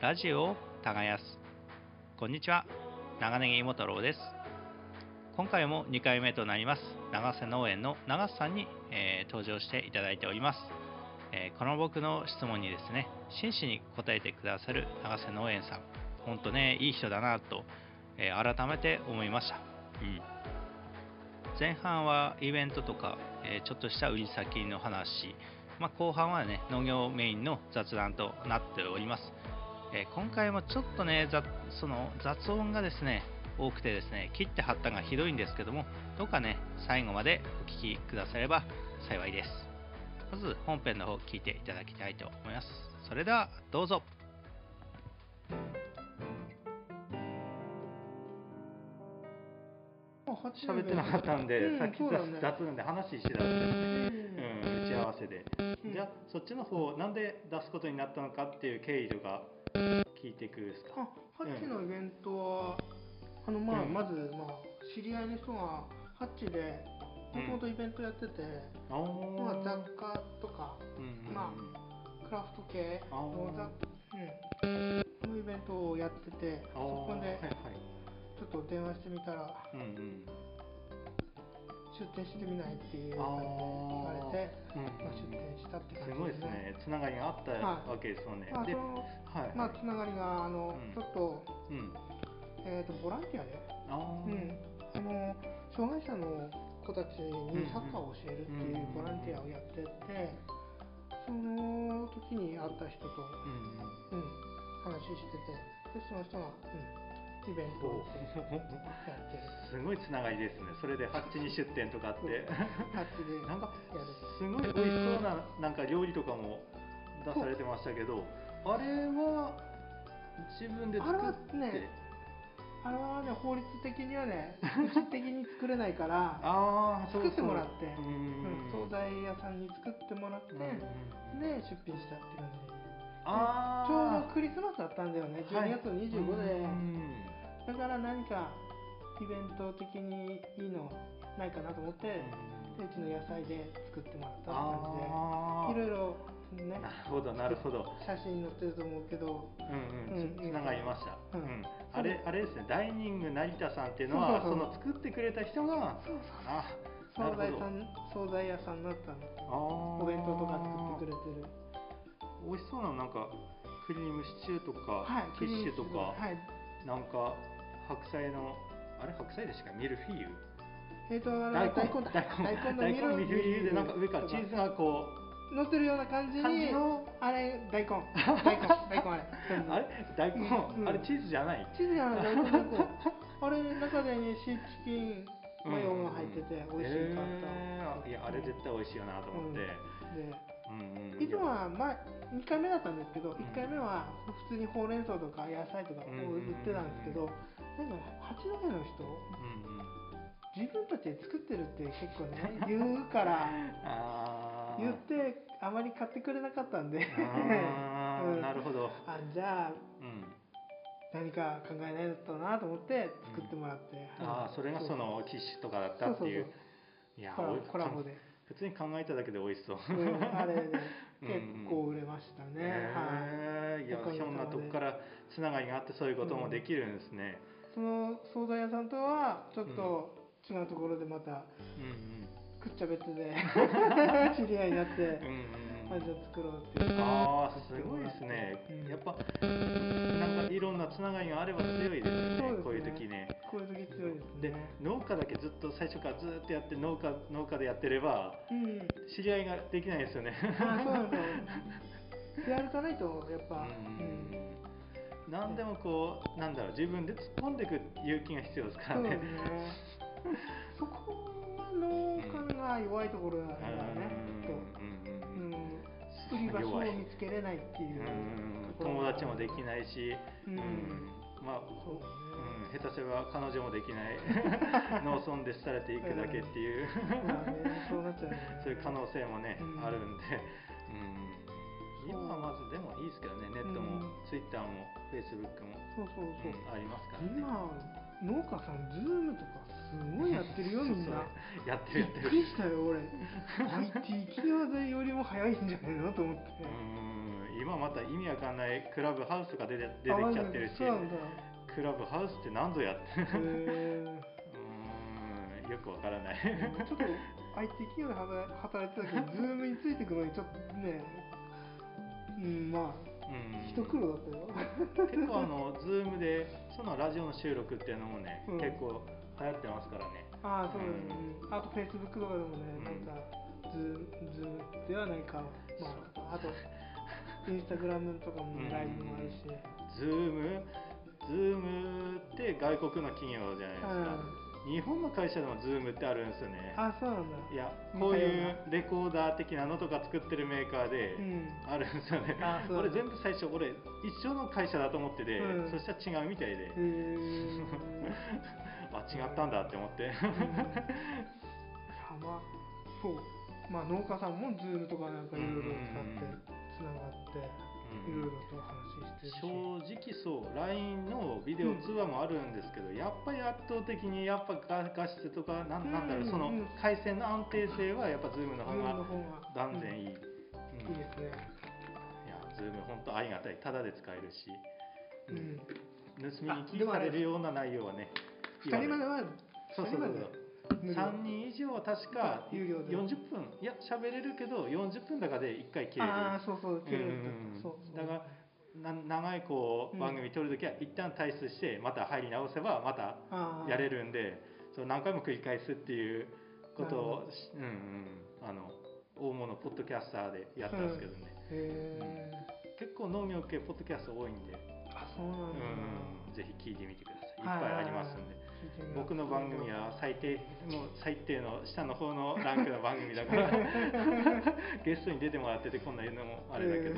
ラジオを耕す。こんにちは、長ネギ芋太郎です。今回も2回目となります長瀬農園の長瀬さんに、登場していただいております。この僕の質問にですね、真摯に答えてくださる長瀬農園さん、本当ね、いい人だなと、改めて思いました。前半はイベントとか、ちょっとした売り先の話、後半はね、農業メインの雑談となっております。今回もちょっとね、その雑音がですね、多くてですね、切って貼ったがひどいんですけども、どうかね、最後までお聞きくだされば幸いです。まず本編の方聞いていただきたいと思います。それではどうぞ。喋ってなかったんで、さっき雑談で話してたんですね、打ち合わせで。じゃあそっちの方なんで出すことになったのかっていう経緯とか聞いていくですか。 ハッチのイベントはまず知り合いの人がハッチでもともとイベントやってて、雑貨とか、クラフト系のイベントをやってて、そこでちょっと電話してみたら、出店してみないっていう感じで言われて、出店したって感じですね。 すごいですね。つながりがあったわけですよね。 つながりがちょっと、ボランティアで、障害者の子たちにサッカーを教えるっていうボランティアをやってて、その時に会った人と、話してて、でその人が、イベントをやってる。 すごいつながりですね。それでハッチに出店とかあってハッチでなんかすごい美味しそうななんか料理とかも出されてましたけど、あれは自分で作って、 あれはね、法律的にはね、うち的に作れないから作ってもらって、惣菜屋さんに作ってもらって、で出品したって感じ。ちょうどクリスマスだったんだよね、12月25で。だから何かイベント的にいいのないかなと思って、うちの野菜で作ってもらったって感じで、いろいろね。 なるほど。 写真載ってると思うけど、 つながりました。あれですね、ダイニング成田さんっていうのはその作ってくれた人が、 惣菜屋さんだったの。お弁当とか作ってくれてる。 美味しそうな、なんかクリームシチューとか、キッシュとか、なんか白菜の白菜でしかミルフィーユ、 大根のミルフィーユでなんか上からチーズがこう乗ってるような感じに、あれ大根あれチーズじゃない。 チーズじゃない、大根あれ中でね、シーチキンマヨが入ってて美味しかった。 いや、あれ絶対美味しいよなと思って。 いつもは2回目だったんですけど、1回目は普通にほうれん草とか野菜とかを売ってたんですけど、なんか八戸の人、自分たちで作ってるって結構ね言うから言ってあまり買ってくれなかったんでなるほど。 じゃあ何か考えないとなと思って作ってもらって、 それがそのキッシュとかだったっていう。いや、 コラボで普通に考えただけで美味しそう。 あれで結構売れましたね。 いや、ひょんなとこからつながりがあってそういうこともできるんですね。 その惣菜屋さんとはちょっと違うところでまたくっちゃべってで知り合いになって、じゃあ作ろうっていう。 すごいですね。やっぱなんかいろんなつながりがあれば強いですよね。こういう時ね。 こういう時強いですね。 で、農家だけずっと最初からずっとやって農家でやってれば知り合いができないですよね。 そうなんですよ。やるかないとやっぱ。 何でもこう自分で突っ込んでいく勇気が必要ですからね。 そこは農家が弱いところだからね。売り場所を見つけれないっていう。 友達もできないし、下手すれば彼女もできない農村で廃れていくだけっていうそういう可能性もねあるんで、今はまずでもいいですけどね、ネットもツイッターもフェイスブックもありますからね。 今農家さんズームとかすごいやってるよ、みんな。 やってる。 びっくりしたよ俺。IT 企業よりも早いんじゃないのと思って。 い今また意味わかんないクラブハウスが出てきちゃってるし、クラブハウスって何ぞやってよくわからない。 ちょっと IT 企業で働いてたけど、ズームについていくのにちょっとね、まあ、一苦労だったよ。 結構ズームでそのラジオの収録っていうのもね、結構流行ってますからね。 ああ、そうですね。あと Facebook とかでもね、なんかズームではないか、まあ、あとインスタグラムとかもライブもあるし。 ズームって外国の企業じゃないですか。日本の会社でもズームってあるんですよね。 あ、そうなんだ。 いや、こういうレコーダー的なのとか作ってるメーカーであるんですよね。俺全部最初一緒の会社だと思ってて、そしたら違うみたいで、あ、違ったんだって思って。 そう、まあ農家さんもズームとかなんかいろいろ使ってつながって。いろいろと話してるし、 正直そう LINE のビデオ通話もあるんですけど、やっぱり圧倒的にやっぱ画質とかなんだろう、その回線の安定性はやっぱ Zoom の方が断然いい。いいですね。 いや Zoom 本当ありがたい、タダで使えるし、盗み聞きされるような内容はね、 2人まではそう3人以上は確か40分いや喋れるけど40分だかで1回切れる。 ああ、そう切れる。 だから長い番組撮るときは一旦退出してまた入り直せばまたやれるんで、そう何回も繰り返すっていうことを大物ポッドキャスターでやったんですけどね。結構農業系ポッドキャスト多いんで、 そうなんだ。 ぜひ聞いてみてください。いっぱいありますんで。僕の番組は最低の下の方のランクの番組だからゲストに出てもらっててこんな言うのもあれだけど、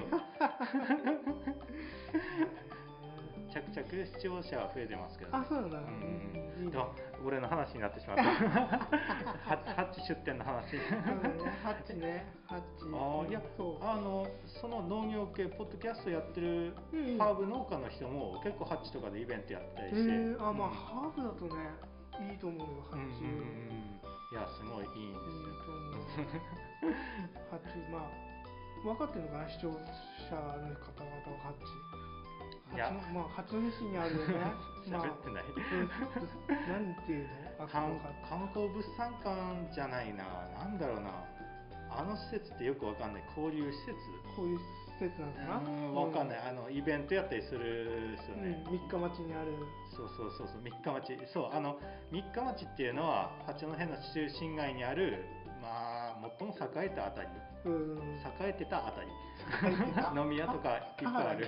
着々視聴者は増えてますけど、ね、 あ、そうなんだ。 でも俺の話になってしまった。ハッチ出店の話。 ハッチね、ハッチ。 いや、その農業系ポッドキャストやってるハーブ農家の人も結構ハッチとかでイベントやったりして。 まあハーブだとね、いいと思うよ、ハッチ。 いや、すごいいいんですよ。 ハッチ、まあ分かってるのかな、視聴者の方々はハッチ。まあ八戸市にあるよね。 喋ってない。 なんていうの？ 観光物産館じゃないな、なんだろうな。あの施設ってよくわかんない。交流施設？ 交流施設なのかな？ わかんない。イベントやったりするですよね。 三日町にある。 そう三日町。そう三日町っていうのは八戸の中心街にあるまあ最も栄えたあたり。栄えてたあたり。飲み屋とかいっぱいある。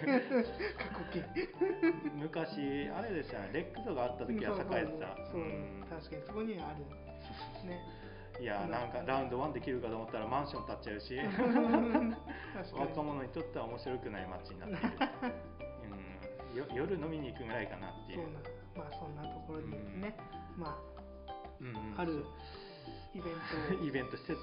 昔あれでしたね、レックスがあった時は栄えてた。 確かにそこにあるね。 いや、なんかラウンド1できるかと思ったらマンション建っちゃうし、若者にとっては面白くない街になっている。夜飲みに行くぐらいかなっていう。 まあそんなところにね、まああるイベント施設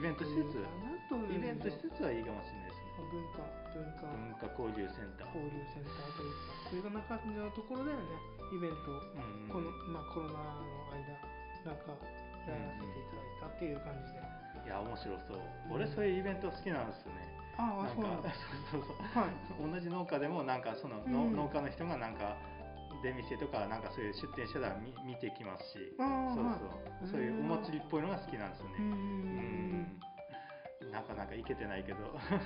はいいかもしれないですね。文化交流センターというか、そういうような感じのところでね、イベントをコロナの間なんかやらせていただいたっていう感じで。 いや、面白そう。俺そういうイベント好きなんですよね。同じ農家でもなんかその農家の人がなんか出店とかなんかそういう出店してたら見てきますし、そういうお祭りっぽいのが好きなんですよね。なかなか行けてないけど。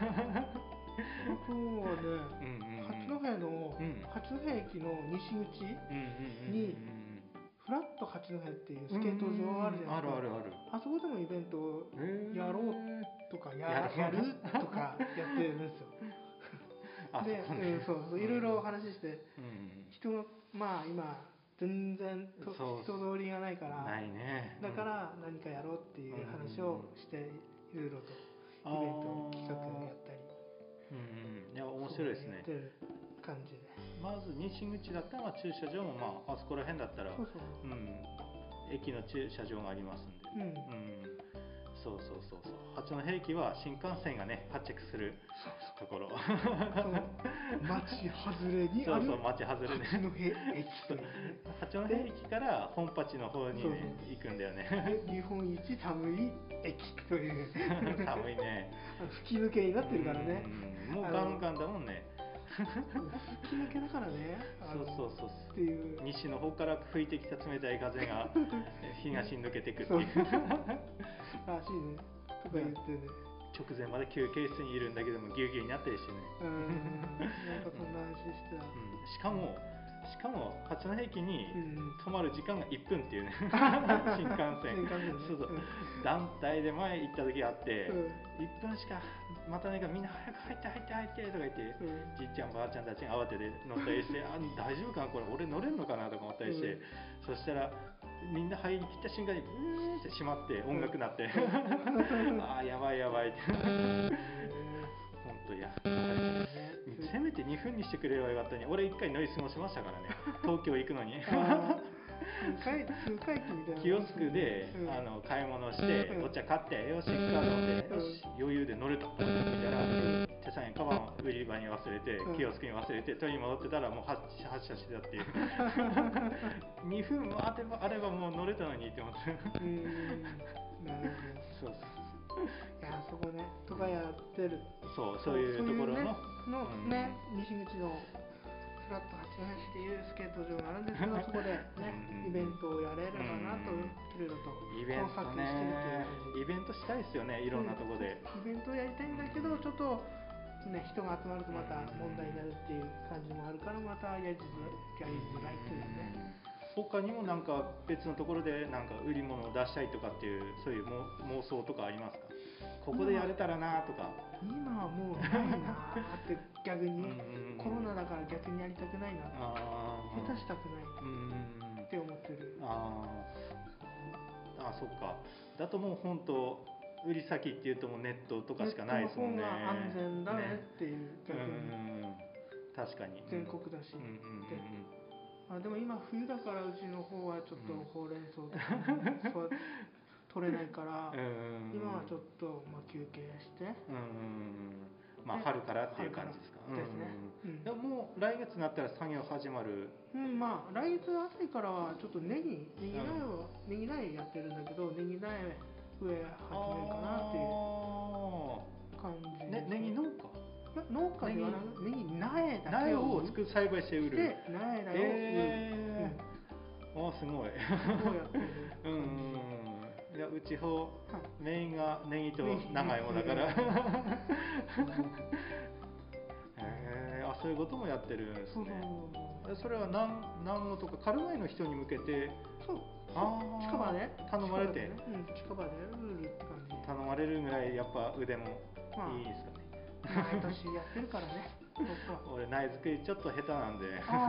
僕はね、八戸駅の西口にフラット八戸っていうスケート場あるじゃないですか。あそこでもイベントをやろうとかやるとかやってるんですよ。で、いろいろ話して、まあ今全然人通りがないから、だから何かやろうっていう話をしていろいろとイベント企画やったり。 いや、面白いですね。 やってる感じで。 まず西口だったら駐車場もあそこら辺だったら駅の駐車場がありますんで、 そう八戸駅は新幹線がね発着するところ。 町外れにある。 町外れね。 八戸駅というね。 八戸駅から本八の方にね行くんだよね。 日本一寒い駅という。 寒いね。 吹き抜けになってるからね。 もうガンガンだもんね。 吹き抜けだからね。 そうっていう。 西の方から吹いてきた冷たい風が東に抜けていくっていう。 らしいね。とか言ってね。 直前まで休憩室にいるんだけどもぎゅうぎゅうになってるしね。 なんかそんな話してた。 しかも八戸駅に泊まる時間が1分っていうね。新幹線。団体で前行った時あって、1分しか待たないからみんな早く入ってとか言って、じいちゃんばあちゃんたちが慌てて乗ったりして、大丈夫かなこれ俺乗れるのかなとか思ったりして、そしたらみんな入りきった瞬間にブーって閉まって音楽鳴って、やばいって。本当や。せめて2分にしてくれればよかったのに、俺1回乗り過ごしましたからね。東京行くのに。キオスクで買い物してお茶買ってよし行くかと思ってよし余裕で乗れたと思ってみたら手さんカバンを売り場に忘れてキオスクに忘れて取り戻ってたらもう発車してたっていう。2分あればもう乗れたのにって思って。そういやそこねとかやってる。 そういうところのね西口のフラット八戸市っていうスケート場があるんですけど、そこでねイベントをやれればなといろいろと工作してるっていう。 イベントしたいですよね、いろんなところで。 イベントをやりたいんだけどちょっとね人が集まるとまた問題になるっていう感じもあるからまたやりづらいっていうね。 他にもなんか別のところでなんか売り物を出したいとかっていうそういう妄想とかありますか？ここでやれたらなとか。 今はもうないなって逆にコロナだから逆にやりたくないな下手したくないって思ってる。 そっか。だともう本当売り先っていうともうネットとかしかないですもんね。 ネットの方が安全だねっていう逆に。 確かに。 全国だし。でも今冬だからうちの方はちょっとほうれん草とか取れないから今はちょっと休憩して春からっていう感じですか？ ですね。 でももう来月になったら作業始まる。 来月あたりからはちょっとネギ苗やってるんだけどネギ苗植え始めるかなっていう感じ。 ネギ農家？ 農家ではなくネギ苗だけを栽培して売る。 苗だよすごい。 そうやってる。 いやうちメインがネギと長芋だから。そういうこともやってるんですね。それは南欧とかカルガイの人に向けて近場で頼まれて近場で売るって感じ。 頼まれるぐらいやっぱ腕もいいですかね。 毎年やってるからね。 俺苗作りちょっと下手なんで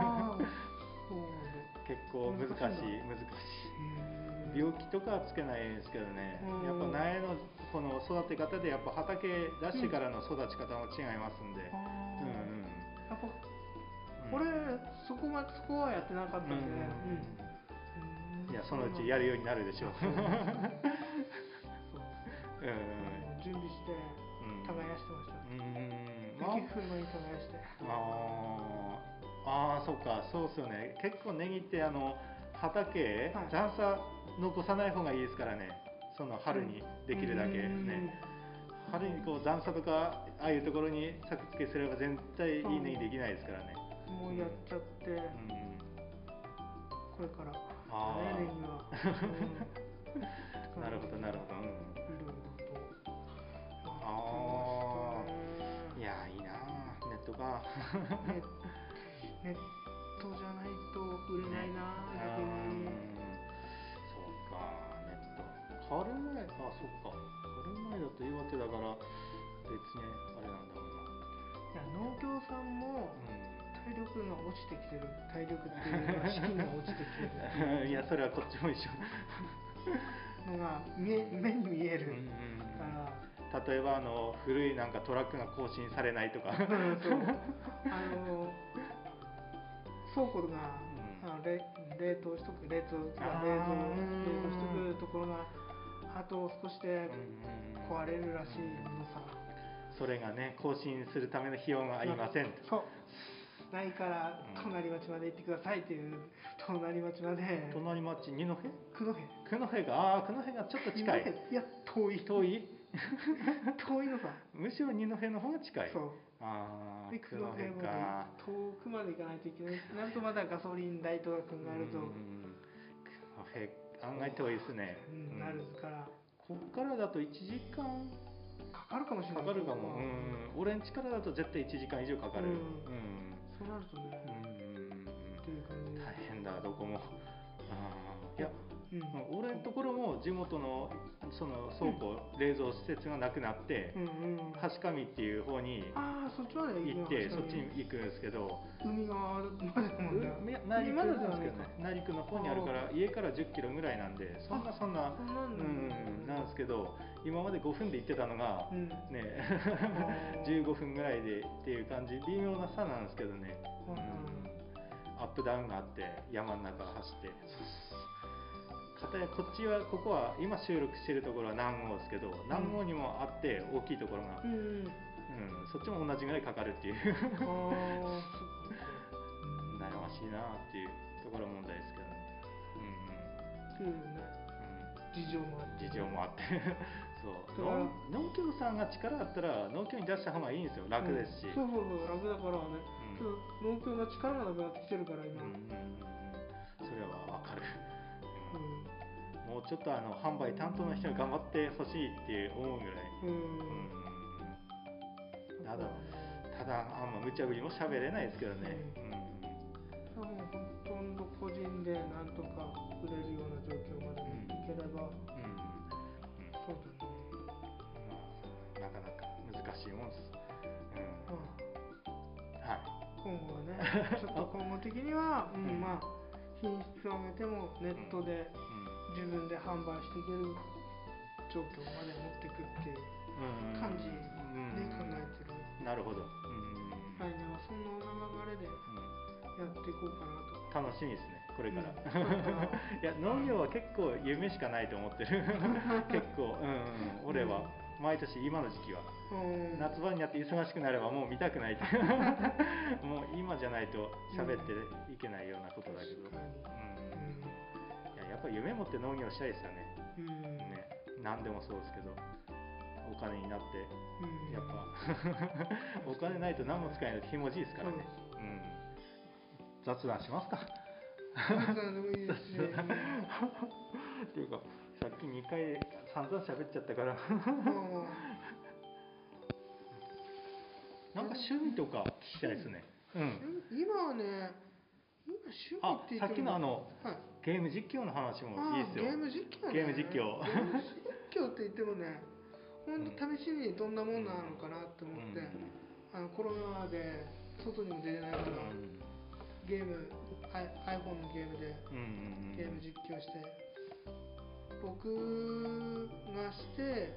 結構難しい。病気とかはつけないですけどね。やっぱ苗のこの育て方でやっぱ畑出してからの育ち方も違いますんで。 やっぱ俺そこはやってなかったんでね。 いやそのうちやるようになるでしょう。 準備して耕してました。雪降る前に耕して。 そうかそうですよね。結構ネギって畑残差残さない方がいいですからね。その春にできるだけね。春にこう残差とかああいうところに作付けすれば絶対いいネギできないですからね。 もうやっちゃって、これからネギは。 なるほど。 いろいろといやいいなネットか。 ネットじゃないと売れないな逆に。 そうかネット。カルマイそっか。カルマイだと岩手だから別にあれなんだろうな。 いや農協さんも体力が落ちてきてる。体力っていうのは資金が落ちてきてる。 いやそれはこっちも一緒。 のが目に見えるから。 例えば古いなんかトラックが更新されないとか。 倉庫が冷凍しとくところがあと少しで壊れるらしいのさ。 それがね、更新するための費用がありません。 そうないから隣町まで行ってくださいっていう。隣町まで。 隣町、二戸？ 九戸。 九戸が、九戸がちょっと近い。 いや、遠い遠いのさ。 むしろ二戸の方が近い。 そう。で九戸か。遠くまで行かないといけない。なんとまだガソリン代とか考えると。 九戸案外遠いですね。 なるから。 こっからだと1時間かかるかもしれない。 かかるかも。俺ん家からだと絶対1時間以上かかる。 そうなるとね。っていう感じ。 大変だ、どこも。いや、俺のところも地元のその倉庫、冷蔵施設がなくなって、橋上っていう方にそっちまで行って、そっちに行くんですけど、 海側までもね。 内陸なんですけどね、内陸の方にあるから家から10キロぐらいなんで、そんななんですけど、今まで5分で行ってたのがね15分ぐらいでっていう感じ、微妙な差なんですけどね。アップダウンがあって山の中を走って、片やここは今収録してるところは南郷ですけど、南郷にもあって大きいところが、そっちも同じぐらいかかるっていう悩ましいなっていうところ問題ですけどね。 事情もあってそう、農協さんが力あったら農協に出した方がいいんですよ。楽ですし。 そう楽だからね。農協が力がなくなってきてるから今。 それはわかる。もうちょっと販売担当の人に頑張ってほしいって思うぐらい。ただ無茶ぶりも喋れないですけどね。 ほとんど個人でなんとか売れるような状況までいければ。そうだね。 なかなか難しいもんです。 今後はね、ちょっと今後的には、品質を上げてもネットで自分で販売していける状況まで持っていくっていう感じで考えてる。 なるほど。 来年はそんな流れでやっていこうかなと。楽しみですね、これから。いや、農業は結構夢しかないと思ってる。結構、俺は毎年今の時期は夏場になって忙しくなればもう見たくないってもう今じゃないと喋っていけないようなことだけど、やっぱり夢持って農業したいですよね。何でもそうですけど、お金になってやっぱお金ないと何も使えないとひもじいですからね。雑談しますか。 雑談でもいいですしっていうかさっき2回散々喋っちゃったからなんか趣味とか聞きたいですね。 今はね、趣味って言ってもさっきのゲーム実況の話もいいですよ。 ゲーム実況って言ってもね、本当試しにどんなもんなのかなって思って、コロナで外にも出れないから、ゲーム iPhone のゲームでゲーム実況して、僕がして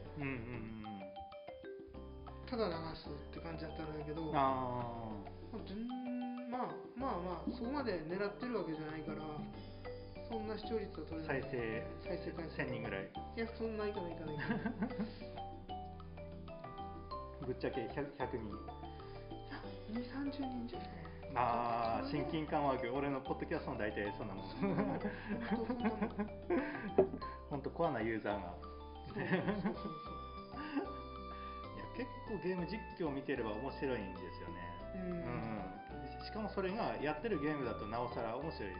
ただ流すって感じだったんだけど、そこまで狙ってるわけじゃないから、そんな視聴率は取れない。再生回数 1000人ぐらい。 いや、そんないかないぶっちゃけ100人。 2、30人じゃない。 親近感はある。俺のポッドキャストも大体そんなもん。本当コアなユーザーが。結構ゲーム実況を見てれば面白いんですよね。しかもそれがやってるゲームだとなおさら面白い。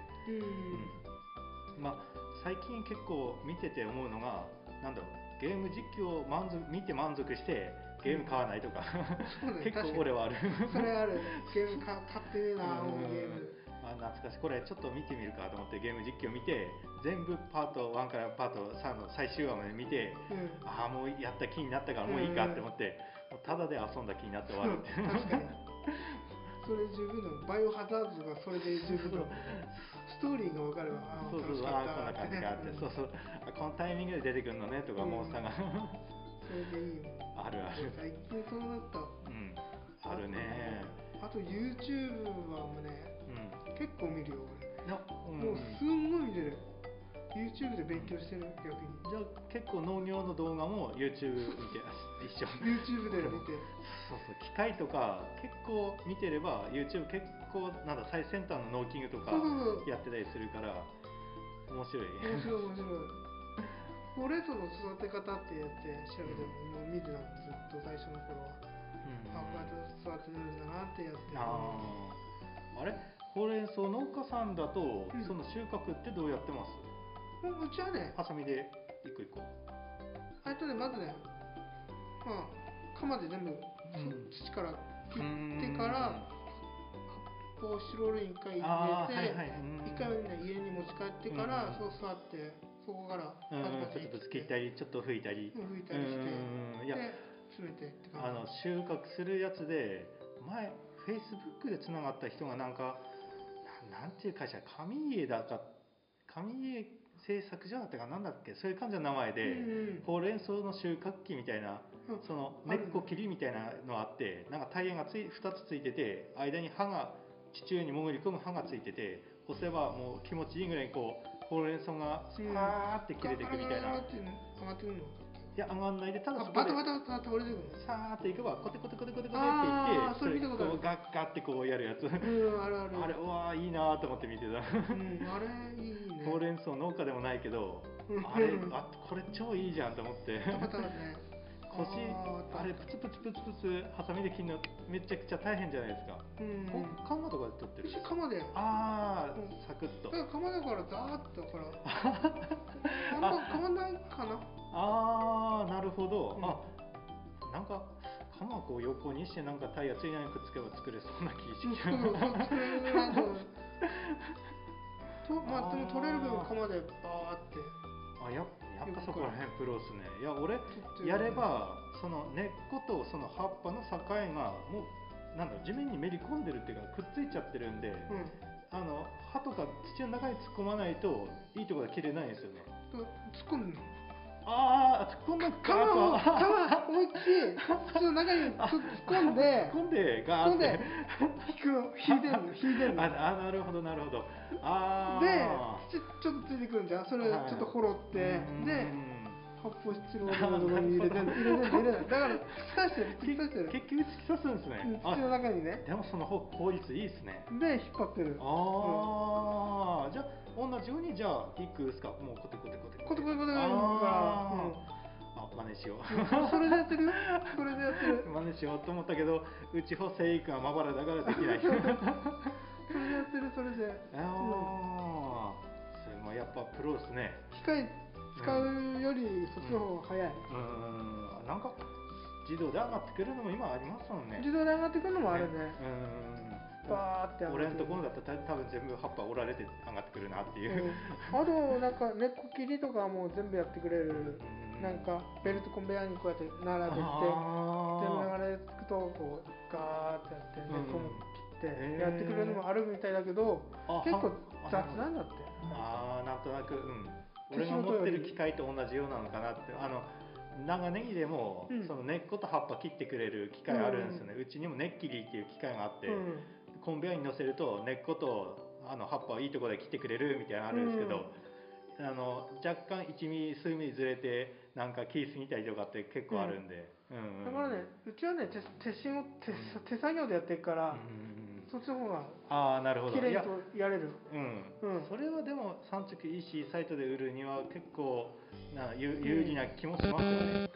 最近結構見てて思うのが、ゲーム実況を見て満足してゲーム買わないとか結構俺はある。 それある。ゲーム買ってねえな、ゲーム。 懐かしい。これちょっと見てみるかと思ってゲーム実況見て、全部パート1からパート3の最終話まで見て、もうやった気になったからもういいかって思って、ただで遊んだ気になって終わるって。 確かに。それ十分の。バイオハザードがそれで十分の。ストーリーが分かれば、 こんな感じがあって、このタイミングで出てくるのねとか、モンスターがそれでいいもん。 あるある。 最近そうなった。 あるね。 あと YouTube はね、結構見るよ俺。 もうすんごい見てる。 YouTube で勉強してる逆に。 じゃあ結構農業の動画も YouTube 見て一緒。 YouTube で見て。 そうそう、機械とか結構見てれば YouTube 結構なんだ最先端の農機具とかやってたりするから面白い。 面白い面白い。ほうれん草の育て方ってやって調べてもう見てたのずっと最初の頃は。あ、こうやって育てるんだなってやって。 あれ、ほうれん草農家さんだと、その収穫ってどうやってます？ うちはね、 ハサミで一個一個。 まずね、まあ鎌で全部、土から切ってから。こうシロールに1回入れて、1回ね家に持ち帰ってから、そう座ってそこからちょっとぶつ切ったりちょっと拭いたりして、いや詰めてって感じ。 収穫するやつで前 Facebook でつながった人がなんていう会社、上家製作所だったかなんだっけ、そういう感じの名前で、ほうれん草の収穫機みたいな、その根っこ切りみたいなのあって、なんかタイヤが2つついてて、間に刃が地中に潜り込む刃がついてて、押せばもう気持ちいいぐらいにこうほうれん草がスパーって切れていくみたいな。いや上がんないで、ただそこでさーっていけばコテコテコテコテコテっていって、それこうガッガッってこうやるやつ。あれうわーいいなと思って見てた。 あれいいね。 ほうれん草農家でもないけど、これ超いいじゃんと思って。腰あれプツプツプツプツハサミで切るのめちゃくちゃ大変じゃないですか。カンマとかで取ってる？ カマで。 サクッと。 だからカマだからザーッとからあんま変わんないかな。 なるほど。なんかカマを横にしてなんかタイヤついないくっつけば作れそうな気してきた。まあでも取れる分カマでバーって。 やっぱそこら辺プロっすね。いや俺やればその根っことその葉っぱの境がもうなんだろう、地面にめり込んでるっていうかくっついちゃってるんで、葉とか土の中に突っ込まないといいところが切れないんですよね。 突っ込んでるの？ 突っ込んだ皮思いっきり土の中に突っ込んでガーって引いてんの。 なるほどなるほど。 で土ちょっとついてくるんじゃん。それちょっとほろってで発泡スチロールのところに入れてんの。だから突き刺してる。 結局突き刺すんですね。 土の中にね。 でもその効率いいですね。 で引っ張ってる。 じゃあ同じようにじゃあいくですか。もうコテコテやるから真似しよう。 それでやってる。 真似しようと思ったけど、うちほ生育がまばらだからできない。 それでやってる。それで。 それもやっぱプロですね。 機械使うよりそっちの方が早い。 なんか自動で上がってくるのも今ありますもんね。 自動で上がってくるのもあるね。バーって俺のところだったら多分全部葉っぱ折られて上がってくるなっていう。 あとなんか根っこ切りとかも全部やってくれる。なんかベルトコンベヤーにこうやって並べて、全部流れ着くとこうガーってやって根っこも切ってやってくれるのもあるみたいだけど、結構雑なんだって。 なんとなく俺が持ってる機械と同じようなのかなって。長ネギでもその根っこと葉っぱ切ってくれる機械あるんですよね。うちにも根っ切りっていう機械があって、コンベヤーに乗せると根っこと葉っぱをいいところで切ってくれるみたいなのあるんですけど、若干1ミリ数ミリずれてなんか気過ぎたりとかって結構あるんで、 だからね、うちはね手作業でやってるから、そっちの方が綺麗にやれる。 それはでも産直 EC サイトで売るには結構有利な気もしますよね。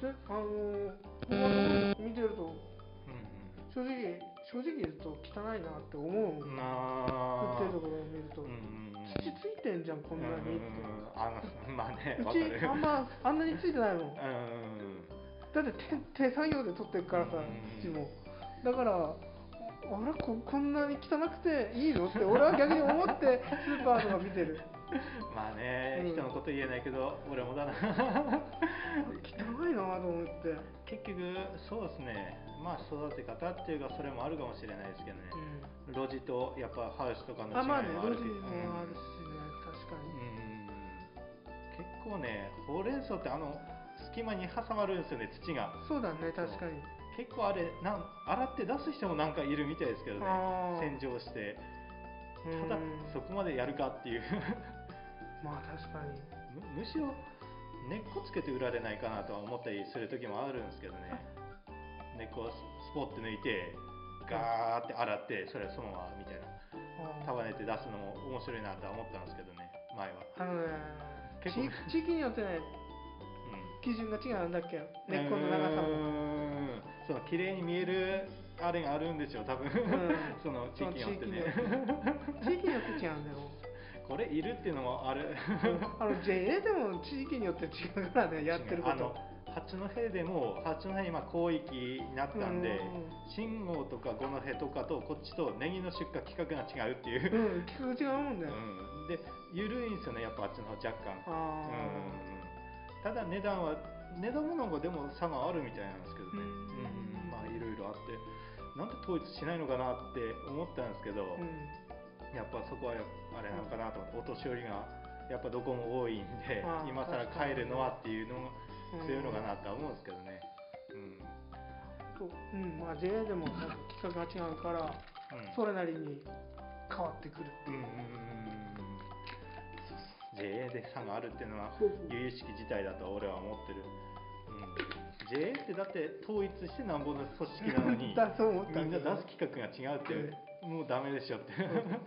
見てると正直言うと汚いなって思う。売ってるところを見ると土ついてんじゃんこんなにって。 まあね、 うちあんなについてないもん。だって手作業で取ってるからさ、土も。だから俺こんなに汚くていいのって俺は逆に思ってスーパーとか見てる。 まあね、人のこと言えないけど俺もだな。 汚いなと思って。 結局そうですね。まあ育て方っていうかそれもあるかもしれないですけどね。露地とやっぱハウスとかの違いもあるし。 露地もあるしね、確かに。 結構ね、ほうれん草って隙間に挟まるんですよね、土が。 そうだね、確かに。 結構洗って出す人もなんかいるみたいですけどね、洗浄して。ただそこまでやるかっていう。 まあ確かにむしろ根っこつけて売られないかなとは思ったりする時もあるんですけどね。根っこをスポッて抜いてガーって洗ってそれそのままみたいな束ねて出すのも面白いなとは思ったんですけどね、前は。 結構地域によってね、基準が違うんだっけ、根っこの長さも。 その綺麗に見えるあれがあるんですよ多分、その地域によってね。 地域によって違うんだよ。 これいるっていうのもある。 JA でも地域によって違うからね、やってること。 八戸でも八戸今広域になったんで、信号とか五戸とかとこっちとネギの出荷規格が違うっていう。 規格違うもんだよ。 で緩いんですよねやっぱあっちの方若干。ただ値段もなんかでも差があるみたいなんですけどね。まあいろいろあってなんで統一しないのかなって思ったんですけど、やっぱそこはあれなのかなと思って、お年寄りがやっぱどこも多いんで、今更帰るのはっていうのが強いのかなとは思うんですけどね。 まあ JA でも規格が違うから、それなりに変わってくるっていう。 JA で差があるっていうのは由々しき事態だと俺は思ってる。JA ってだって統一してなんぼの組織なのにみんな出す規格が違うってもうダメでしょって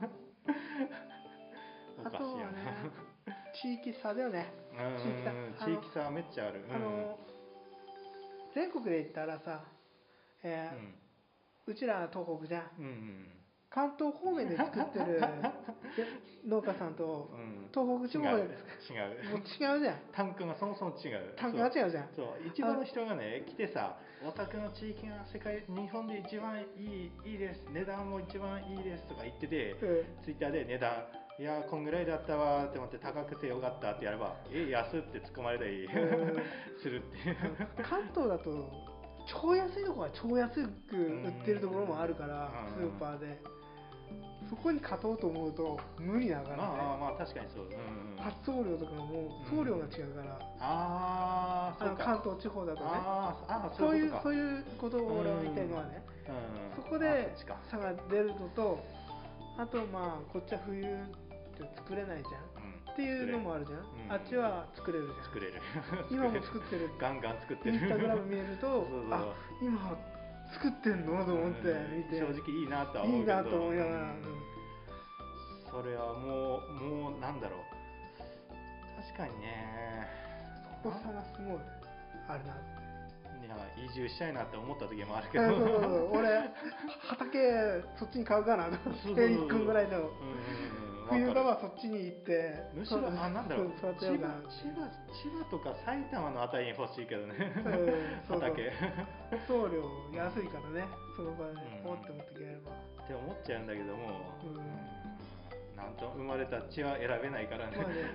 おかしいよね。 地域差だよね。 地域差はめっちゃある。 全国で言ったらさ、うちら東北じゃん。関東方面で作ってる農家さんと東北地方で違うじゃん。 単価がそもそも違う。 単価が違うじゃん。 そう市場の人がね来てさ、お宅の地域が日本で一番いいです、値段も一番いいですとか言ってて、ツイッターで値段いやこんぐらいだったわって思って高くてよかったってやれば安って突っ込まれたりするっていう。 関東だと超安いところは超安く売ってるところもあるからスーパーで。そこに勝とうと思うと無理だからね。 まあ確かにそう。 発送料とかも送料が違うから。関東地方だとね。そういうことを俺は言いたいのはね。そこで差が出るのと、あとまあこっちは冬って作れないじゃん。っていうのもあるじゃん。あっちは作れるじゃん。 作れる。 今も作ってる。 ガンガン作ってる。 インスタグラム見えると、今作ってんのと思って見て、 正直いいなとは思うけど、いいなと思いながら、それはもうなんだろう、確かにね、 そこ差がすごいあるなって。 いや移住したいなって思った時もあるけど、 俺畑そっちに買うかなと思って、1分ぐらいの冬場はそっちに行って、 むしろなんだろう、千葉とか埼玉のあたりに欲しいけどね。畑送料安いからね、その場でポンって持ってければって思っちゃうんだけども、なんと生まれた地は選べないからね。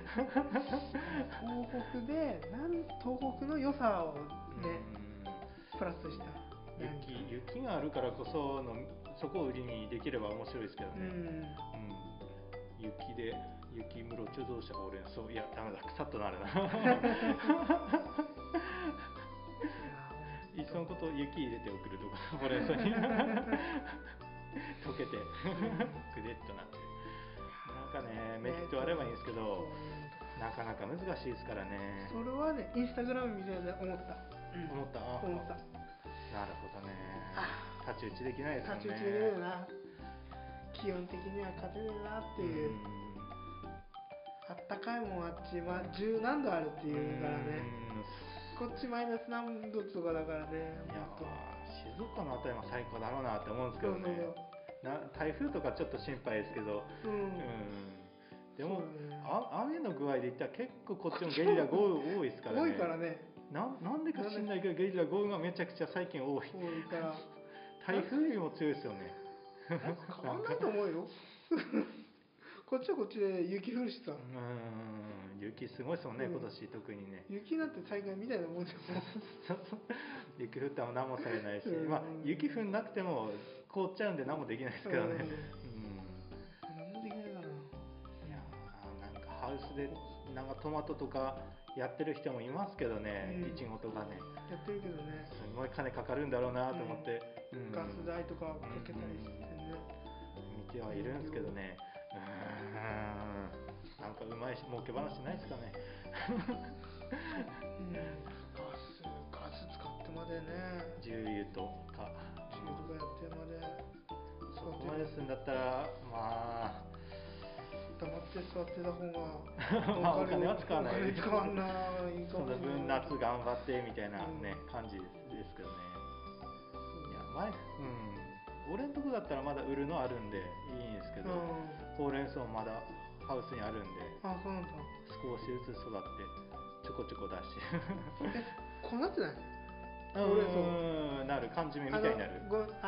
東北の良さをね、プラスした雪があるからこそそこを売りにできれば面白いですけどね。雪室貯蔵者俺そういやダメだ腐っとなるな。いっそのこと雪入れて送るとかほうれん草に溶けてグデッとなってなんかねメリットあればいいんですけど、なかなか難しいですからね。 それはねインスタグラム見て思った。 なるほどね。太刀打ちできないですよね。 太刀打ちできないな。気温的には勝てるなっていう。あったかいもんあっちは10何度あるっていうからね。こっちマイナス何度とかだからね。 いや静岡のあたりも最高だろうなって思うんですけどね。台風とかちょっと心配ですけど、でも、雨の具合で言ったら結構こっちもゲリラ豪雨多いですからね。 多いからね。 なんでか知んないけどゲリラ豪雨がめちゃくちゃ最近多い。 から台風よりも強いですよね。 変わんないと思うよ。こっちはこっちで雪降るしさ。 雪すごいですもんね、今年特にね。 雪なんて災害みたいなもんじゃん。 雪降っても何もされないし、まあ雪降んなくても凍っちゃうんで何もできないですけどね。 何もできないかな。 いやなんかハウスでなんかトマトとかやってる人もいますけどね、いちごとかね。 やってるけどね。 すごい金かかるんだろうなと思って。 ガス代とかかけたりしてね。 見てはいるんですけどね。ななんかうまい儲け話ないですかね。 ガス使ってまでね、 重油とか重油とかやってまで、 そこまでするんだったらまあ黙って座ってた方がまあお金は使わない。 使わないその分夏頑張ってみたいなね、感じですけどね。いや俺んとこだったらまだ売るのあるんでいいんですけど、ほうれん草まだハウスにあるんで、 そうなんだ。 少しずつ育ってちょこちょこ出してこうなってない？ ほうれん草なる、缶詰みたいになる。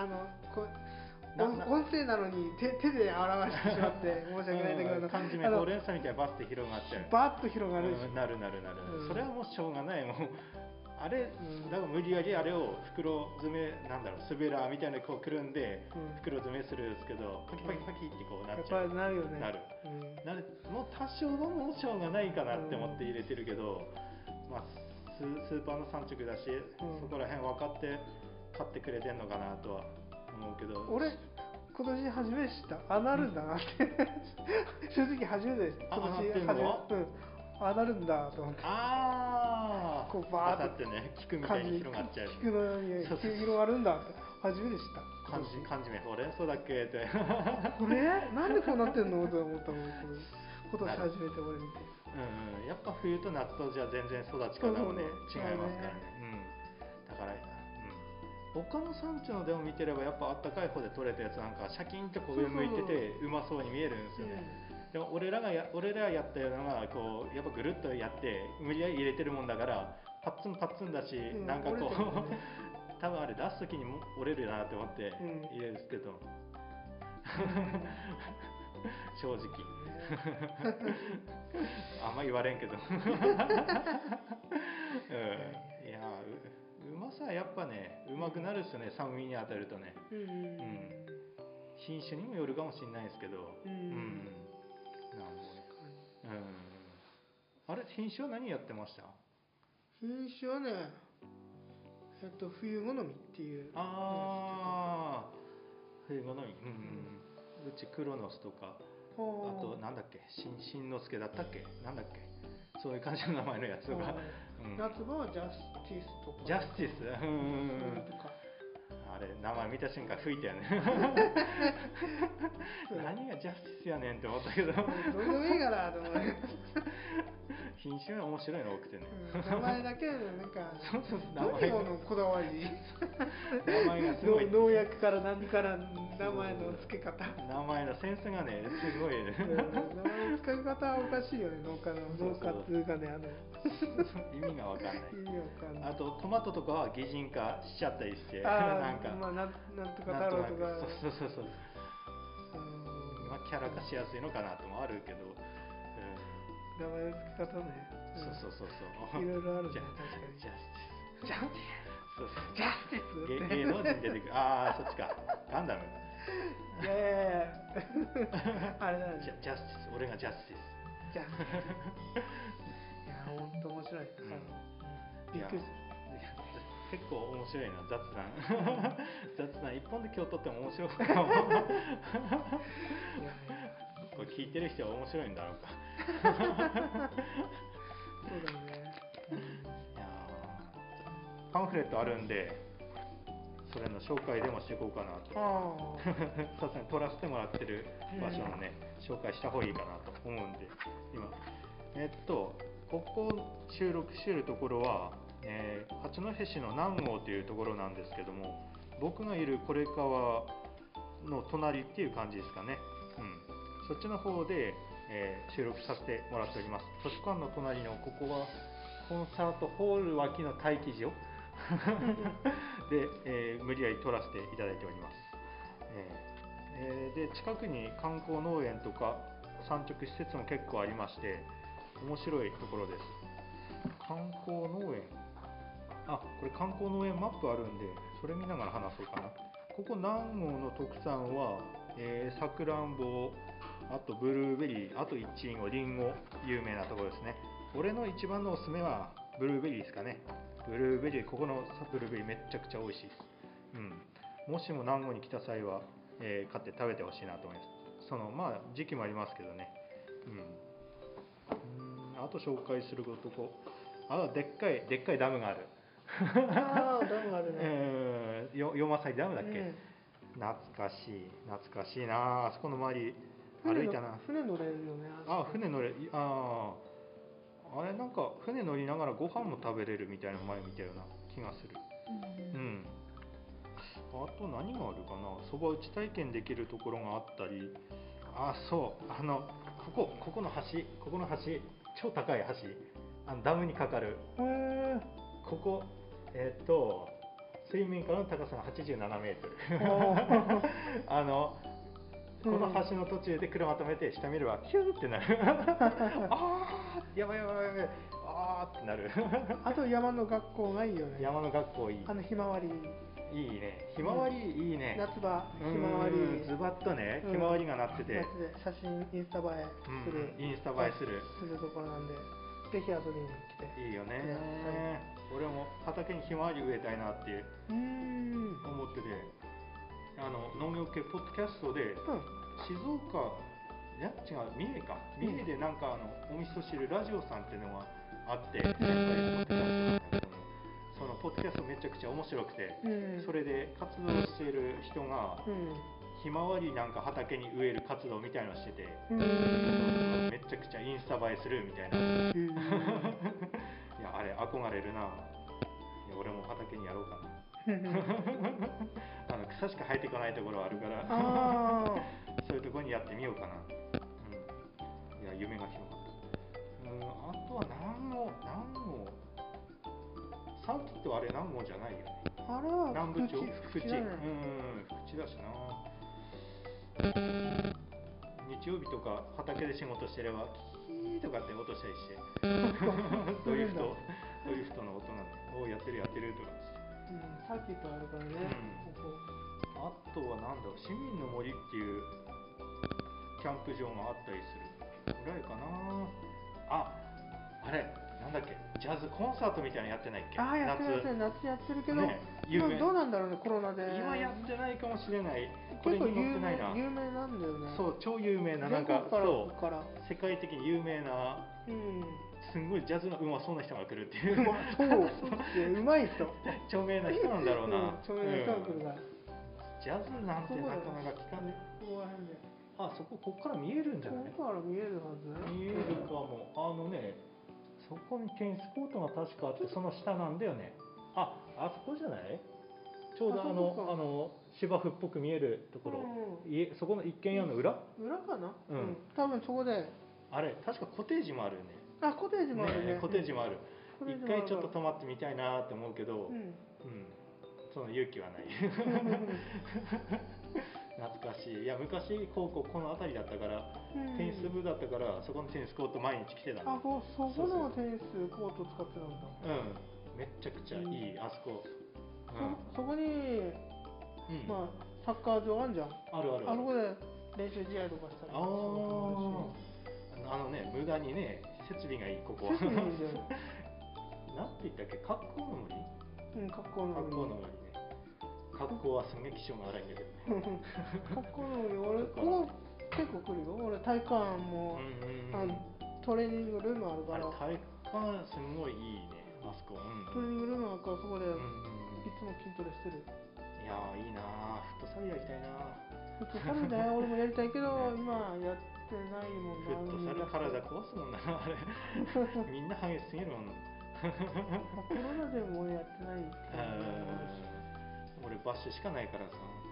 音声なのに手で表してしまって申し訳ないんだけど、 缶詰ほうれん草みたいにバッて広がっちゃう。 バッと広がる。 なる、それはもうしょうがない。もうあれだから無理やりあれを袋詰めスベラーみたいなこうくるんで袋詰めするんですけど、パキパキパキってこうなっちゃう。 やっぱりなるよね。 なる。もう多少はもうしょうがないかなって思って入れてるけど、まあスーパーの産直だし、そこら辺分かって買ってくれてんのかなとは思うけど。俺今年初めて知った。なるんだなって正直初めて今年初めて。なるんだと思って。こうバーってね、菊みたいに広がっちゃう。 菊のように広がるんだって初めて知った。 漢字名ほうれん草だっけって。 これなんでこうなってんのと思ったもん。今年初めて俺見て。 やっぱ冬と夏とじゃ全然育ち方もね違いますからね。だから他の産地のでも見てればやっぱあったかい方で取れたやつなんかシャキンとこう上向いててうまそうに見えるんですよね。でも俺らやったようなのがこうやっぱぐるっとやって無理やり入れてるもんだからパッツンパッツンだし、なんかこう多分あれ出す時にも折れるなって思って入れるんですけど、正直あんま言われんけどいやうまさはやっぱねうまくなるっすよね、寒みに当たるとね。品種にもよるかもしれないですけど、あれ品種は何やってました？ 品種はね、冬好みっていう。 冬好み。うちクロノスとか、あとなんだっけ、しんのすけだったっけ、なんだっけ、そういう感じの名前のやつとか。 夏場はジャスティスとか。 ジャスティス。あれ名前見た瞬間吹いたよね。何がジャスティスやねんって思ったけど。 どうでもいいかなと思って。 品種は面白いの多くてね。 名前だけでなんか名前のこだわり。 名前がすごい。 農薬から何から名前の付け方。 名前のセンスがねすごいね。 名前の使い方はおかしいよね、農家っていうかね、 意味がわかんない。 意味わかんない。 あとトマトとかは擬人化しちゃったりして、 なんとか太郎とか。 そう。キャラ化しやすいのかなともあるけど。 名前の付け方ね。 そう。 いろいろあるね、確かに。ジャスティス。 芸能人出てくる。そっちか。ガンダム。 いや。あれだね。 ジャスティス。俺がジャスティス。 いや、本当面白い。びっくりした。 結構面白いな、雑談一本で今日撮っても面白いかも。これ聞いてる人は面白いんだろうか。 そうだね。 パンフレットあるんでそれの紹介でもしていこうかなと。さすがに撮らせてもらってる場所のね、紹介した方がいいかなと思うんで、今ここ収録してるところは八戸市の南郷というところなんですけども、僕がいるこれ川の隣っていう感じですかね。そっちの方で、収録させてもらっております。図書館の隣のここはコンサートホール脇の待機所で、無理やり撮らせていただいております。で近くに観光農園とか産直施設も結構ありまして面白いところです。観光農園、これ観光農園マップあるんでそれ見ながら話そうかな。ここ南郷の特産はさくらんぼ、あとブルーベリー、あとイチゴ、リンゴ、有名なところですね。俺の一番のおすすめはブルーベリーですかね。ブルーベリー、ここのブルーベリーめっちゃくちゃ美味しいです。もしも南郷に来た際は、買って食べてほしいなと思います。時期もありますけどね。 あと紹介するとこ、でっかいダムがある。 ダムがあるね。 よまさダムだっけ、懐かしいな。あそこの周り歩いたな。 船乗れるよね。 船乗れ、あれなんか船乗りながらご飯も食べれるみたいな前見たような気がする。あと何があるかな。そば打ち体験できるところがあったり、そうここの橋超高い橋、ダムにかかる。ここ水面からの高さが87メートル。この橋の途中で車止めて下見ればキューってなる。やばいってなる。 あと山の学校がいいよね。 山の学校いい。 ひまわりいいね。ひまわりいいね。 夏場ひまわりズバッとね、ひまわりがなってて、 写真インスタ映えする。するところなんで、ぜひ遊びに来て。 いいよね。俺も畑にひまわり植えたいなって思ってて、農業系ポッドキャストで、静岡、三重でなんかお味噌汁ラジオさんっていうのがあって、そのポッドキャストめちゃくちゃ面白くて、それで活動している人が、ひまわりなんか畑に植える活動みたいなのしてて、めちゃくちゃインスタ映えするみたいな。いや、あれ憧れるな。俺も畑にやろうかな。草しか生えてこないところあるから、そういうところにやってみようかな。いや、夢が広がった。あとは南郷サウキってあれ南郷じゃないよね。 あれは南部町、福地だしな。日曜日とか畑で仕事してればキーとかって音したりしてドリフトの音なんで、やってるとかって。 サーキットあるからね。 あとはなんだろう、市民の森っていうキャンプ場があったりするぐらいかな。あれなんだっけ、ジャズコンサートみたいなのやってないっけ。 やってる夏やってるけど、どうなんだろうね、コロナで。 今やってないかもしれない。 結構有名なんだよね。 そう、超有名な、なんか世界的に有名な、すんごいジャズがうまそうな人が来るっていう。 うまい人、 著名な人なんだろうな。 著名な人が来るから。 ジャズなんてなかなか聞かない。ここから見えるんじゃない？ ここから見えるはず。 見えるかも。そこにテニスコートが確かあって、その下なんだよね。あそこじゃない？ちょうど芝生っぽく見えるところ。そこの一軒家の裏かな。多分そこで。 あれ確かコテージもあるよね。 コテージもあるね。 コテージもある。一回ちょっと泊まってみたいなって思うけど、その勇気はない。懐かしい。いや、昔高校この辺りだったから、テニス部だったから、そこのテニスコート毎日来てたの。 そこのテニスコート使ってたんだ。 めっちゃくちゃいい、あそこ。 そこにサッカー場あるじゃん。あそこで練習試合とかしたり。 無駄にね、設備がいい、ここは。なんて言ったっけ、格好の森。 格好の森ね。 格好はすげえ気性が荒いんだけどね。 格好の森、俺ここ結構来るよ。俺体育館もトレーニングルームあるから。 体育館すごいいいね、あそこ。 トレーニングルームあるから、そこでいつも筋トレしてる。 いやー、いいなー。フットサルやりたいなー。 フットサルね、俺もやりたいけど、今やってないもんな。 フットサル体壊すもんな、あれ。みんな激しすぎるもん。 コロナでもやってないって俺バッシュしかないからさ。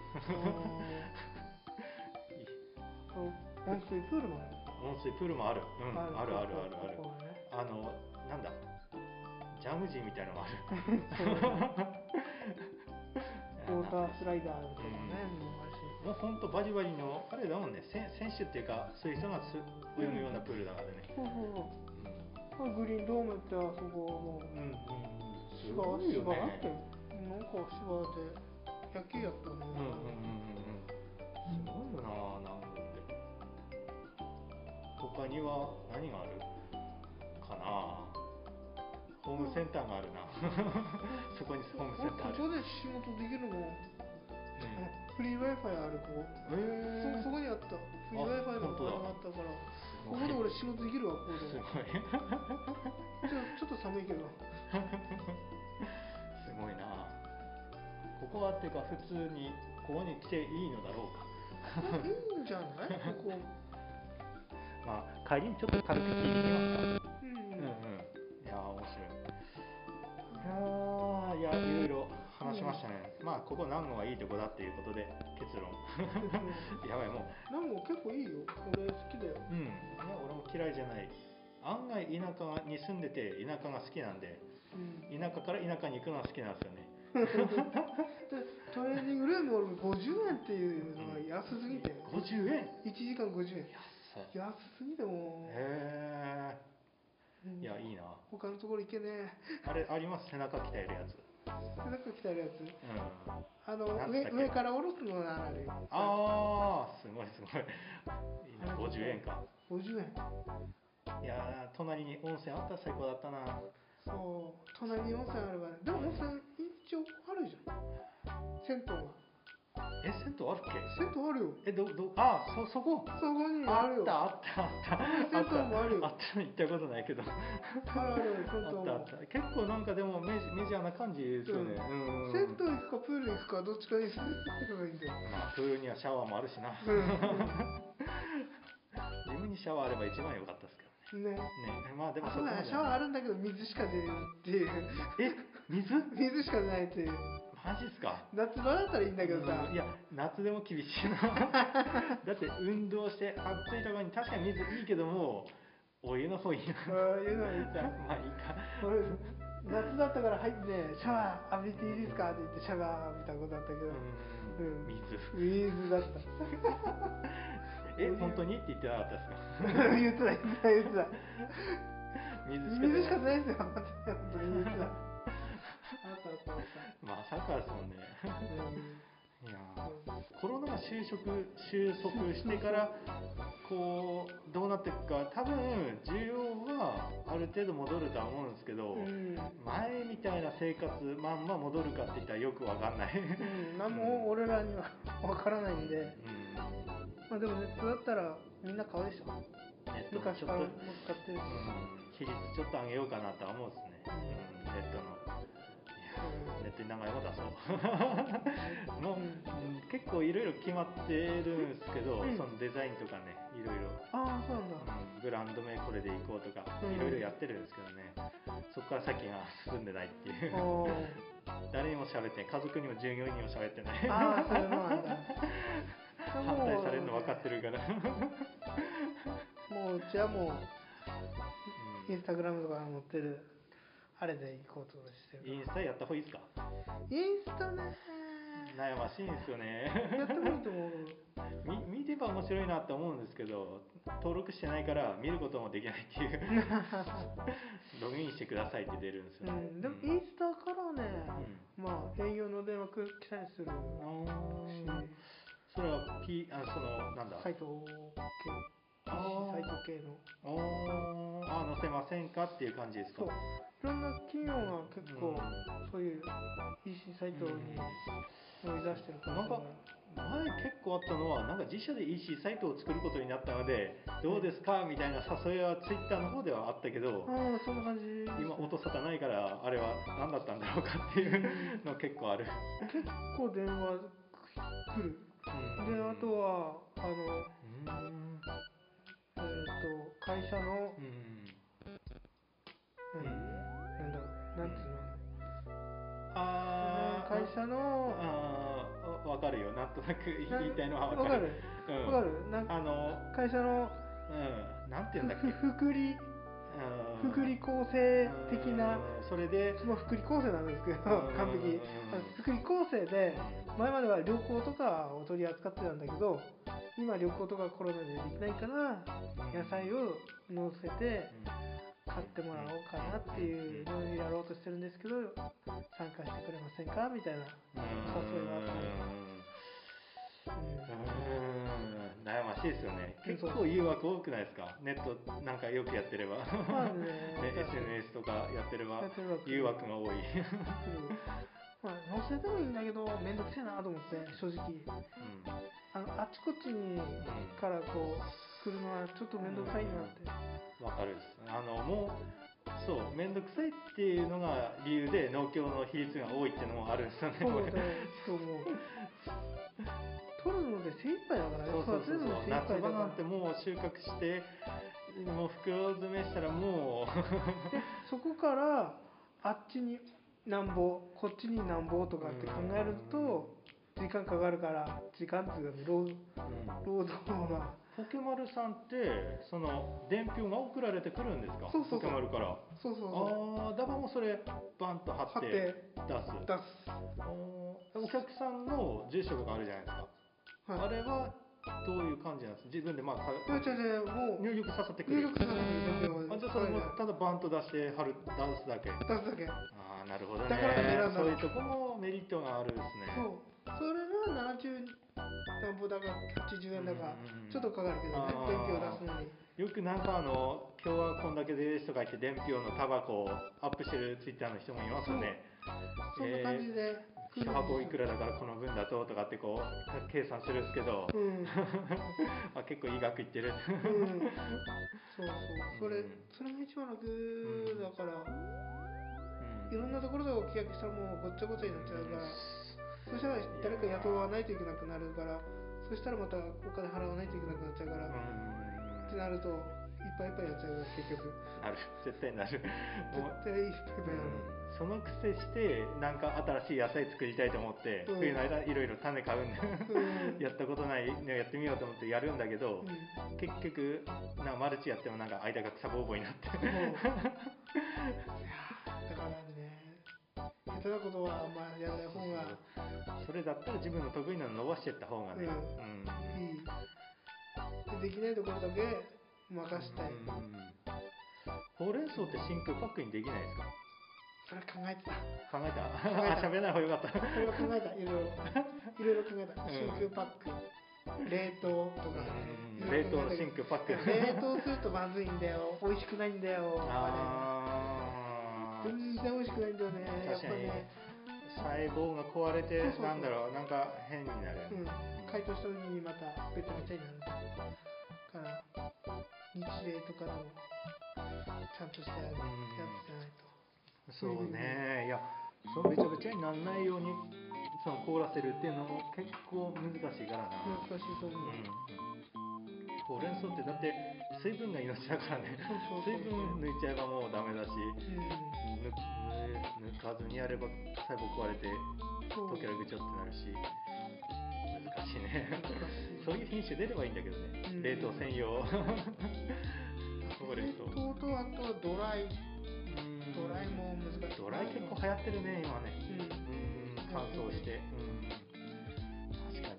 温水プールもある。 温水プールもある。ある。なんだ、ジャグジーみたいなのもある。 ウォータースライダーとかね、 もうほんとバリバリのあれだもんね。選手っていうか、そういう人が泳ぐようなプールだからね。 グリーンドームってあそこも芝だっけ、なんか芝で野球やったね。 すごいよな、なんかって。他には何があるかな。ホームセンターがあるな。そこにホームセンターある。 ここで仕事できるもん。フリー Wi-Fi あるここ。そこにあった。フリー Wi-Fi のあれがあったから、ここで俺俺仕事できるわ、ここで。 すごいちょっと寒いけど。 すごいな。ここはっていうか普通にここに来ていいのだろうか。 いいんじゃないここ。 まあ帰りにちょっと軽く聞いてみますか。 うん。 いや面白い。いやいろいろ話しましたね。まあここ南郷はいいとこだっていうことで結論。やばいもう。 南郷結構いいよ。俺好きだよ。 いや俺も嫌いじゃない。案外田舎に住んでて田舎が好きなんで、田舎から田舎に行くのが好きなんですよね。 トレーニングルーム俺50円っていうのが安すぎて。 50円 ？1時間50円。安すぎても。 へえ。いやいいな。 他のところ行けねえ。 あれあります背中鍛えるやつ。 背中鍛えるやつ。上から下ろすのがあるよ。 ああすごいすごい。いいな50円か。 50円。 いや隣に温泉あったら最高だったな。 そう、隣に温泉あればね。でも温泉一応あるじゃん。銭湯は。 銭湯あるっけ？ 銭湯あるよ。 そこにあるよ。 あった。 銭湯もあるよ。 あった行ったことないけど。 ある銭湯も。 あった。結構なんかでもメジャーな感じですよね。 銭湯行くかプール行くかどっちかにするのがいいんだよ。 まあプールにはシャワーもあるしな。自分にシャワーあれば一番良かったですけどね。まあでもそうだね。シャワーあるんだけど水しか出ないっていう。水しか出ないっていう。 マジっすか。 夏場だったらいいんだけどさ。 いや夏でも厳しいな。だって運動して暑いところに確かに水いいけどもお湯の方いいな。 お湯の方いいか。 まあいいか。 夏だったから入ってねシャワー浴びていいですかって言ってシャワー浴びたことあったけど。水だった。 本当にって言ってなかったですか？ 言ってた。水しかないですよ。本当に言ってた。 まさかですもんね。いやコロナが収束してからこうどうなっていくか多分需要はある程度戻るとは思うんですけど、前みたいな生活まんま戻るかって言ったらよくわかんない。 何も俺らにはわからないんで。まあでもネットだったらみんな買うでしょ。昔からも使ってるし。 比率ちょっと上げようかなとは思うんですね。ネットの。ネットに名前も出そう。もう結構いろいろ決まってるんですけど、そのデザインとかねいろいろ。 ああそうなんだ。 ブランド名これでいこうとかいろいろやってるんですけどね。そこから先が進んでないっていう。誰にも喋ってない。家族にも従業員にも喋ってない。 ああそういうのなんだ。 反対されるの分かってるから。 もううちはもうインスタグラムとか載ってるあれで行こうとしてる。 インスタやった方がいいですか？ インスタね悩ましいんですよね。 やってもいいと思う。 見れば面白いなって思うんですけど登録してないから見ることもできないっていう。ログインしてくださいって出るんですよね。 でもインスタからね、まあ営業の電話来たりするし。 それはそのなんだサイト系の載せませんかっていう感じですか？ そういろんな企業が結構そういう EC サイトに乗り出してるから。 なんか前結構あったのはなんか自社で EC サイトを作ることになったのでどうですかみたいな誘いはツイッターの方ではあったけど、 そんな感じ。 今音沙汰ないからあれは何だったんだろうかっていうの結構ある。 結構電話来る。であとは会社のなんつうの会社のわかるよなんとなく言いたいのはわかる。 会社のなんていうんだっけ福利厚生的なそれでその福利厚生なんですけど完璧福利厚生で前までは旅行とかを取り扱ってたんだけど今旅行とかコロナでできないから野菜を乗せて買ってもらおうかなっていうのをやろうとしてるんですけど参加してくれませんかみたいな誘いがあったり。 悩ましいですよね。結構誘惑多くないですか？ネットなんかよくやってれば、SNS とかやってれば誘惑が多い。 まあ載せてもいいんだけどめんどくせえなと思って正直、あっちこっちにからこう作るのはちょっと面倒くさいなって。 わかるです。もうそう面倒くさいっていうのが理由で農協の比率が多いっていうのもあるんですよね。 そうだと思う。取るので精一杯だからね。 そう夏場なんてもう収穫してもう袋詰めしたらもうでそこからあっちになんぼこっちになんぼとかって考えると時間かかるから、時間っていうか労働が。 ポケマルさんってその伝票が送られてくるんですか？ そうポケマルから。ああ、だからもうそれバンと貼って出す。お客さんの住所とかあるじゃないですか。はい、あれはどういう感じなんですか？自分でもう入力させてくる。じゃあそれもただバンと出して出すだけ。ああ、なるほどね。だからそういうとこもメリットがあるんですね。 そう。それが70何歩だか80円だかちょっとかかるけどね、伝票出すのに。 よくなんか今日はこんだけですとか言って伝票のタバコをアップしてるツイッターの人もいますよね。 そんな感じで。 1箱いくらだからこの分だとかってこう計算するんですけど、まあ結構いい額いってる。 そうそれが一番楽だから、いろんなところで規約したらもうごっちゃごちゃになっちゃうから、そしたら誰か雇わないといけなくなるから、そしたらまたお金払わないといけなくなっちゃうから、ってなるといっぱいいっぱいやっちゃうから結局。 なる、絶対なる。 絶対いっぱいいっぱいやる。 その癖してなんか新しい野菜作りたいと思って、冬の間いろいろ種買うんで、やったことないのやってみようと思ってやるんだけど、結局なんかマルチやってもなんか間が草ぼうぼうになって。だからね、下手なことはあんまやらない方が。 それだったら自分の得意なの伸ばしていった方がね、 いい。できないところだけ任したい。 ほうれん草って真空パックにできないですか？ それ考えた。 喋らない方がよかった。 それは考えた。いろいろ考えた。真空パック、冷凍とかね。 冷凍の真空パック。 冷凍するとまずいんだよ。美味しくないんだよ。全然美味しくないんだよね。やっぱね。 細胞が壊れてなんだろう、なんか変になる。 解凍した時にまたべちゃべちゃになるから日冷とかでもちゃんとしたやつじゃないと。 そうね、いや、そうべちゃべちゃにならないようにその凍らせるっていうのも結構難しいからな。 難しいと思う。 ほうれん草ってだって水分が命だからね。水分抜いちゃえばもうダメだし、抜かずにやれば細胞壊れて溶けらぐちょってなるし、難しいね。そういう品種出ればいいんだけどね、冷凍専用。ほうれん草。 冷凍とあとはドライも難しい。 ドライ結構流行ってるね今ね。乾燥して。確かに。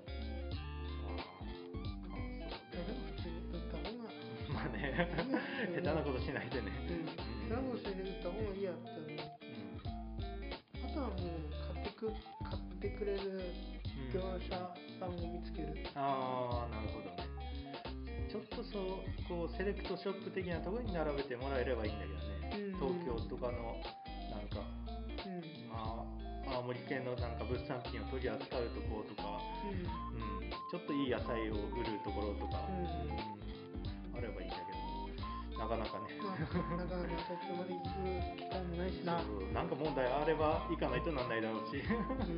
乾燥。 でも普通に売った方が。 まあね、下手なことしないでね。 下手なことしないで売った方がいいやって思う。あとはもう買ってくれる業者さんを見つける。 ああ、なるほどね。ちょっとこうセレクトショップ的なところに並べてもらえればいいんだけどね。東京とかのなんか、まあ青森県のなんか物産品を取り扱うところとか、ちょっといい野菜を売るところとか、あればいいんだけど、なかなかね。 なかなか東京まで行く機会もないしな。 なんか問題あれば行かないとなんないだろうし。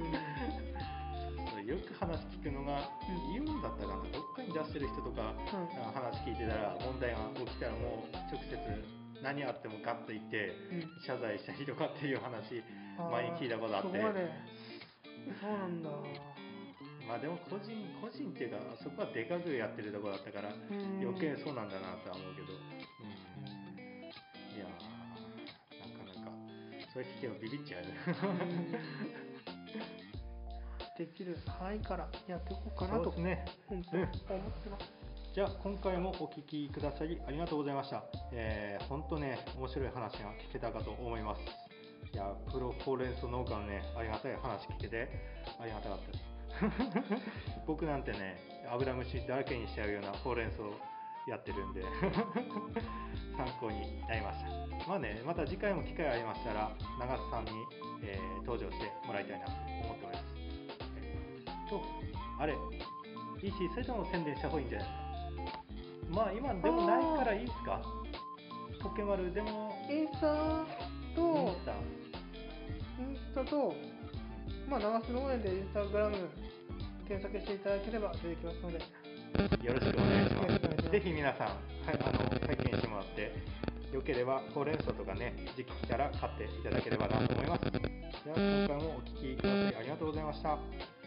よく話聞くのが、イオンだったかな、どっかに出してる人とか、話聞いてたら問題が起きたらもう直接何あってもガッと言って謝罪したりとかっていう話、前に聞いたことあって。 そうなんだ。 まあでも個人っていうか、そこはでかくやってるところだったから余計そうなんだなとは思うけど、いやなかなかそれ聞けばビビっちゃう。 できる範囲からやっていこうかなと思ってます。 じゃあ今回もお聞きくださりありがとうございました。本当ね、面白い話が聞けたかと思います。いや、プロほうれん草農家のね、ありがたい話聞けてありがたかったです。僕なんてね、油虫だらけにしちゃうようなほうれん草やってるんで参考になりました。まあね、また次回も機会ありましたら長瀬さんに、登場してもらいたいなと思っております。あれ、いいし、それとも宣伝した方がいいんじゃないですか。 まあ今でもないからいいですか。ポケマルでもインスタとまあ長洲農園でインスタグラム検索していただければ出てきますので、 よろしくお願いします。ぜひ皆さん、はい、拝見してもらって、よければほうれん草とかね、時期来たら買っていただければなと思います。では今回もお聞きくださいありがとうございました。